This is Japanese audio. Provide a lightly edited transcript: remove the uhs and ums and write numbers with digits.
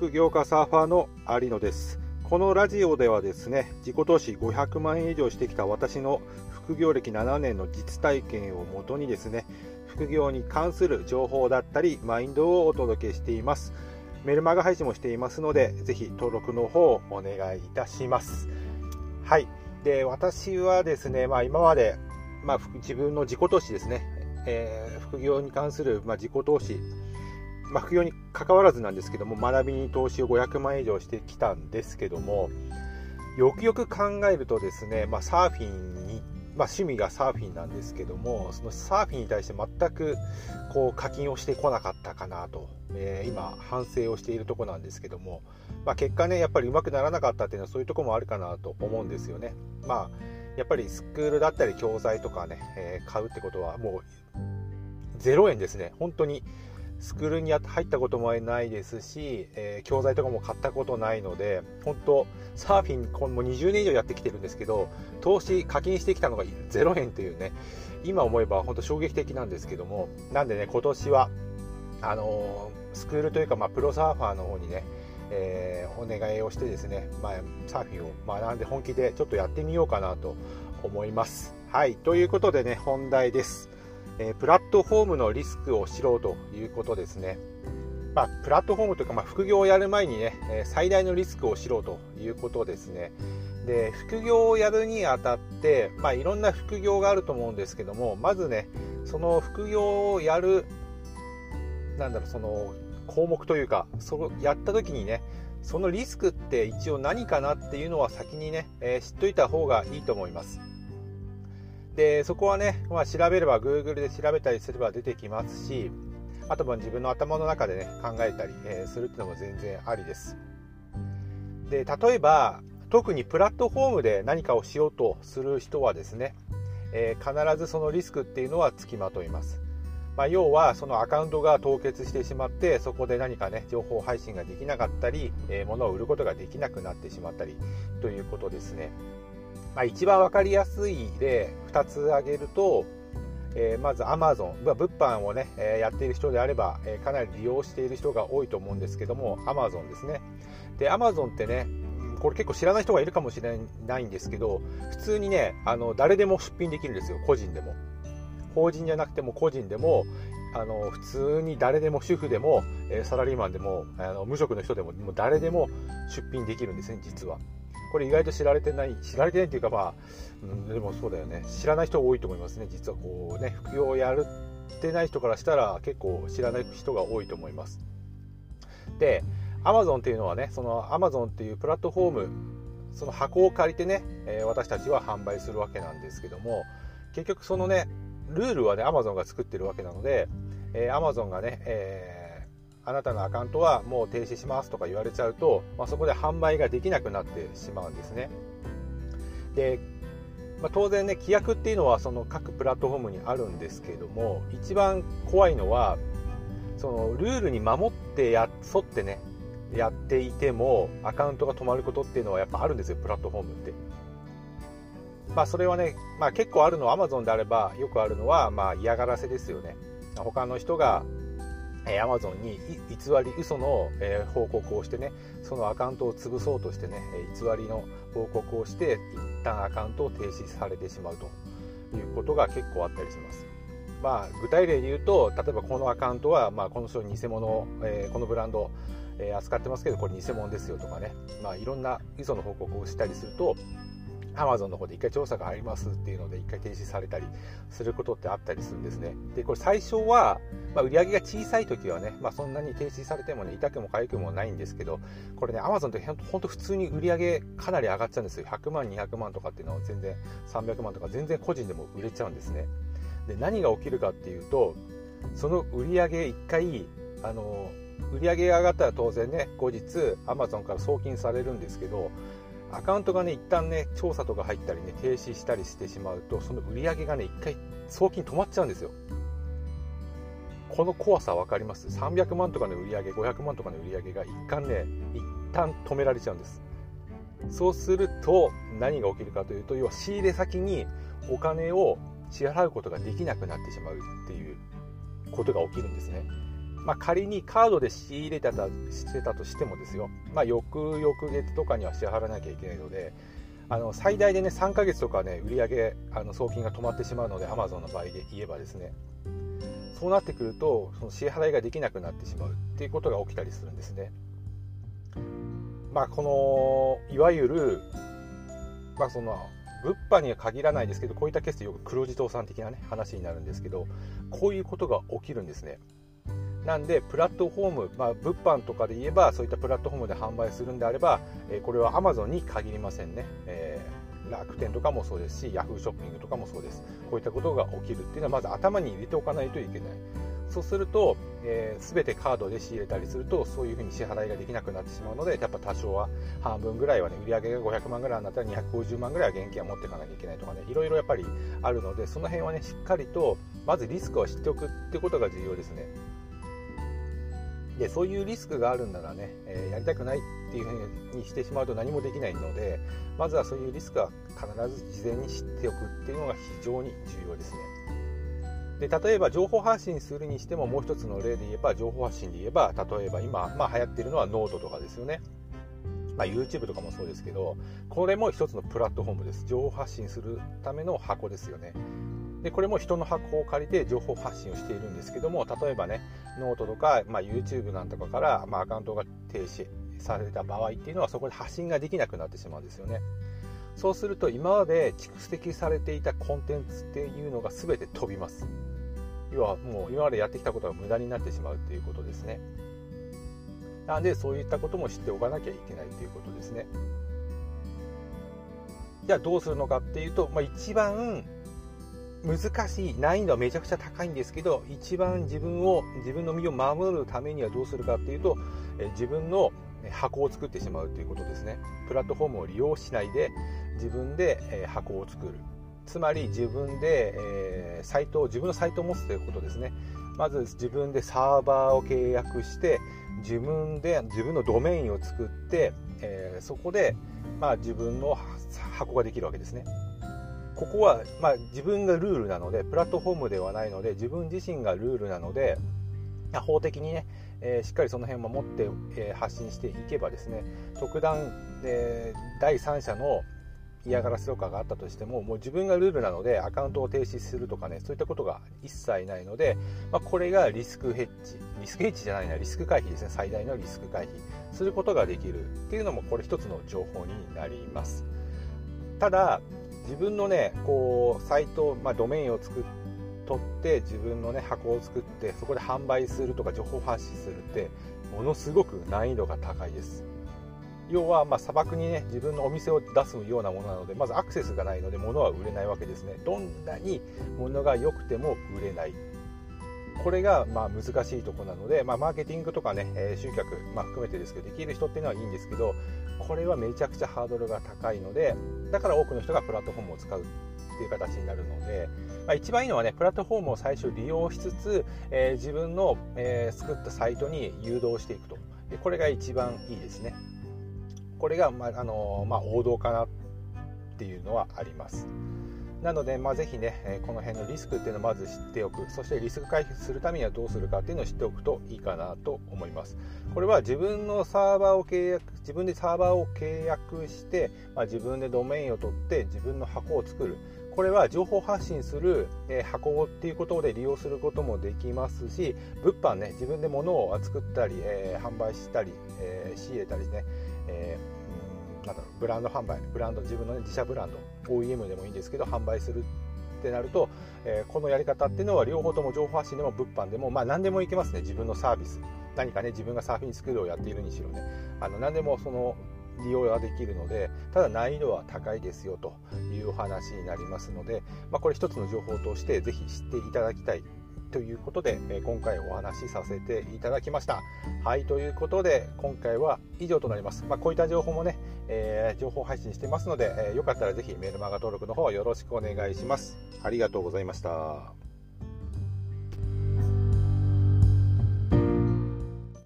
副業家サーファーの有野です。このラジオではですね、自己投資500万円以上してきた私の副業歴7年の実体験をもとにですね、副業に関する情報だったりマインドをお届けしています。メルマガ配信もしていますので、ぜひ登録の方をお願いいたします。はい。で、私はですね、今まで、自分の自己投資ですね、副業に関する、自己投資、副業に関わらずなんですけども、学びに投資を500万円以上してきたんですけども、よくよく考えるとですね、サーフィンに、趣味がサーフィンなんですけども、そのサーフィンに対して全く課金をしてこなかったかなと、今反省をしているところなんですけども、結果ね、やっぱり上手くならなかったっていうのはそういうところもあるかなと思うんですよね。やっぱりスクールだったり教材とかね、買うってことはもう0円ですね。本当にスクールに入ったこともないですし、教材とかも買ったことないので、本当サーフィンもう20年以上やってきてるんですけど、課金してきたのが0円というね、今思えば本当衝撃的なんですけども、なんでね、今年はスクールというか、プロサーファーの方にね、お願いをしてですね、サーフィンを学んで本気でちょっとやってみようかなと思います。はい、ということでね、本題です。プラットフォームのリスクを知ろうということですね。プラットフォームというか、副業をやる前にね、最大のリスクを知ろうということですね。で、副業をやるにあたって、いろんな副業があると思うんですけども、まずね、その副業をやる、その項目というか、やった時にね、そのリスクって一応何かなっていうのは先にね、知っといた方がいいと思います。で、そこはね、調べれば Google で調べたりすれば出てきますし、あとは自分の頭の中でね、考えたり、するっていうのも全然ありです。で、例えば特にプラットフォームで何かをしようとする人はですね、必ずそのリスクっていうのはつきまといます。要はそのアカウントが凍結してしまって、そこで何かね、情報配信ができなかったり、物を売ることができなくなってしまったりということですね。一番わかりやすい例2つ挙げると、まず Amazon、物販をね、やっている人であれば、かなり利用している人が多いと思うんですけども、 Amazon ですね。で、 Amazon ってね、これ結構知らない人がいるかもしれないんですけど、普通にね、誰でも出品できるんですよ。個人でも、法人じゃなくても個人でも、普通に誰でも、主婦でも、サラリーマンでも、無職の人でも、もう誰でも出品できるんですね、実は。これ意外と知られてないっていうか、でもそうだよね、知らない人多いと思いますね。実は副業をやってない人からしたら結構知らない人が多いと思います。で、 Amazon っていうのはね、その Amazon っていうプラットフォーム、その箱を借りてね、私たちは販売するわけなんですけども、結局そのね、ルールはね Amazon が作ってるわけなので、Amazon がね、あなたのアカウントはもう停止しますとか言われちゃうと、そこで販売ができなくなってしまうんですね。で、当然ね、規約っていうのはその各プラットフォームにあるんですけれども、一番怖いのはそのルールに守って沿ってねやっていてもアカウントが止まることっていうのはやっぱあるんですよ、プラットフォームって。それはね、結構あるのは Amazon であればよくあるのは嫌がらせですよね。他の人がAmazon に嘘の報告をしてね、そのアカウントを潰そうとしてね、偽りの報告をして一旦アカウントを停止されてしまうということが結構あったりします。具体例で言うと、例えばこのアカウントは、この人偽物、このブランド、扱ってますけどこれ偽物ですよとかね、いろんな嘘の報告をしたりするとAmazon の方で一回調査が入りますっていうので一回停止されたりすることってあったりするんですね。で、これ最初は、売り上げが小さい時はね、そんなに停止されてもね、痛くも痒くもないんですけど、これね Amazon って本当普通に売り上げかなり上がっちゃうんですよ。100万200万とかっていうのは全然、300万とか全然個人でも売れちゃうんですね。で、何が起きるかっていうと、その売り上げ一回売り上げが上がったら当然ね、後日 Amazon から送金されるんですけど、アカウントがね一旦ね調査とか入ったりね停止したりしてしまうと、その売り上げがね一回送金止まっちゃうんですよ。この怖さ分かります？ 300 万とかの売り上げ、500万とかの売り上げが一旦止められちゃうんです。そうすると何が起きるかというと、要は仕入れ先にお金を支払うことができなくなってしまうっていうことが起きるんですね。 仮にカードで仕入れてたとしてもですよ、翌々月とかには支払わなきゃいけないので、最大でね3ヶ月とかね売上送金が止まってしまうので、 Amazon の場合で言えばですね、そうなってくるとその支払いができなくなってしまうっていうことが起きたりするんですね。このいわゆる、その物販には限らないですけど、こういったケースでよく黒字倒産的なね話になるんですけど、こういうことが起きるんですね。なんでプラットフォーム、物販とかで言えばそういったプラットフォームで販売するんであれば、これは Amazon に限りませんね。楽天とかもそうですし、Yahoo ショッピングとかもそうです。こういったことが起きるっていうのはまず頭に入れておかないといけない。そうすると、全てカードで仕入れたりするとそういうふうに支払いができなくなってしまうので、やっぱ多少は半分ぐらいはね、売上が500万ぐらいになったら250万ぐらいは現金は持っていかなきゃいけないとかね、いろいろやっぱりあるので、その辺はねしっかりとまずリスクを知っておくってことが重要ですね。でそういうリスクがあるんならね、やりたくないっていうふうにしてしまうと何もできないので、まずはそういうリスクは必ず事前に知っておくっていうのが非常に重要ですね。で例えば情報発信するにしても、もう一つの例で言えば、情報発信で言えば、例えば今、流行ってるのはノートとかですよね。YouTube とかもそうですけど、これも一つのプラットフォームです。情報発信するための箱ですよね。でこれも人の箱を借りて情報発信をしているんですけども、例えばねノートとか、YouTube なんとかから、アカウントが停止された場合っていうのは、そこで発信ができなくなってしまうんですよね。そうすると今まで蓄積されていたコンテンツっていうのが全て飛びます。要はもう今までやってきたことが無駄になってしまうということですね。なのでそういったことも知っておかなきゃいけないということですね。じゃあどうするのかっていうと、一番難しい、難易度はめちゃくちゃ高いんですけど、一番自分の身を守るためにはどうするかっていうと、自分の箱を作ってしまうということですね。プラットフォームを利用しないで自分で箱を作る。つまり自分で自分のサイトを持つということですね。まず自分でサーバーを契約して、自分のドメインを作って、そこで自分の箱ができるわけですね。ここは自分がルールなので、プラットフォームではないので、自分自身がルールなので、法的にね、しっかりその辺を守って、発信していけばですね、特段、第三者の嫌がらせとかがあったとしても、もう自分がルールなのでアカウントを停止するとかね、そういったことが一切ないので、これがリスク回避ですね。最大のリスク回避することができるっていうのも、これ一つの情報になります。ただ自分のねサイト、ドメインを取って自分のね箱を作って、そこで販売するとか情報発信するってものすごく難易度が高いです。要は砂漠にね自分のお店を出すようなものなので、まずアクセスがないので物は売れないわけですね。どんなに物が良くても売れない。これが難しいところなので、マーケティングとかね、集客、含めてですけど、できる人っていうのはいいんですけど、これはめちゃくちゃハードルが高いので、だから多くの人がプラットフォームを使うっていう形になるので、一番いいのはね、プラットフォームを最初利用しつつ、自分の、作ったサイトに誘導していくと。でこれが一番いいですね。これが、王道かなっていうのはあります。なので、ぜひね、この辺のリスクっていうのをまず知っておく。そしてリスク回避するためにはどうするかっていうのを知っておくといいかなと思います。これは自分でサーバーを契約して、自分でドメインを取って自分の箱を作る。これは情報発信する、箱っていうことで利用することもできますし、物販ね、自分で物を作ったり、販売したり、仕入れたりね、ブランド販売、自分の、自社ブランド OEM でもいいんですけど販売するってなると、このやり方っていうのは両方とも情報発信でも物販でも、何でもいけますね。自分のサービス、何かね、自分がサーフィンスクールをやっているにしろね、何でもその利用ができるので、ただ難易度は高いですよというお話になりますので、これ一つの情報としてぜひ知っていただきたいということで、今回お話しさせていただきました。はい、ということで今回は以上となります。こういった情報もね、情報配信していますので、よかったらぜひメルマガ登録の方よろしくお願いします。ありがとうございました。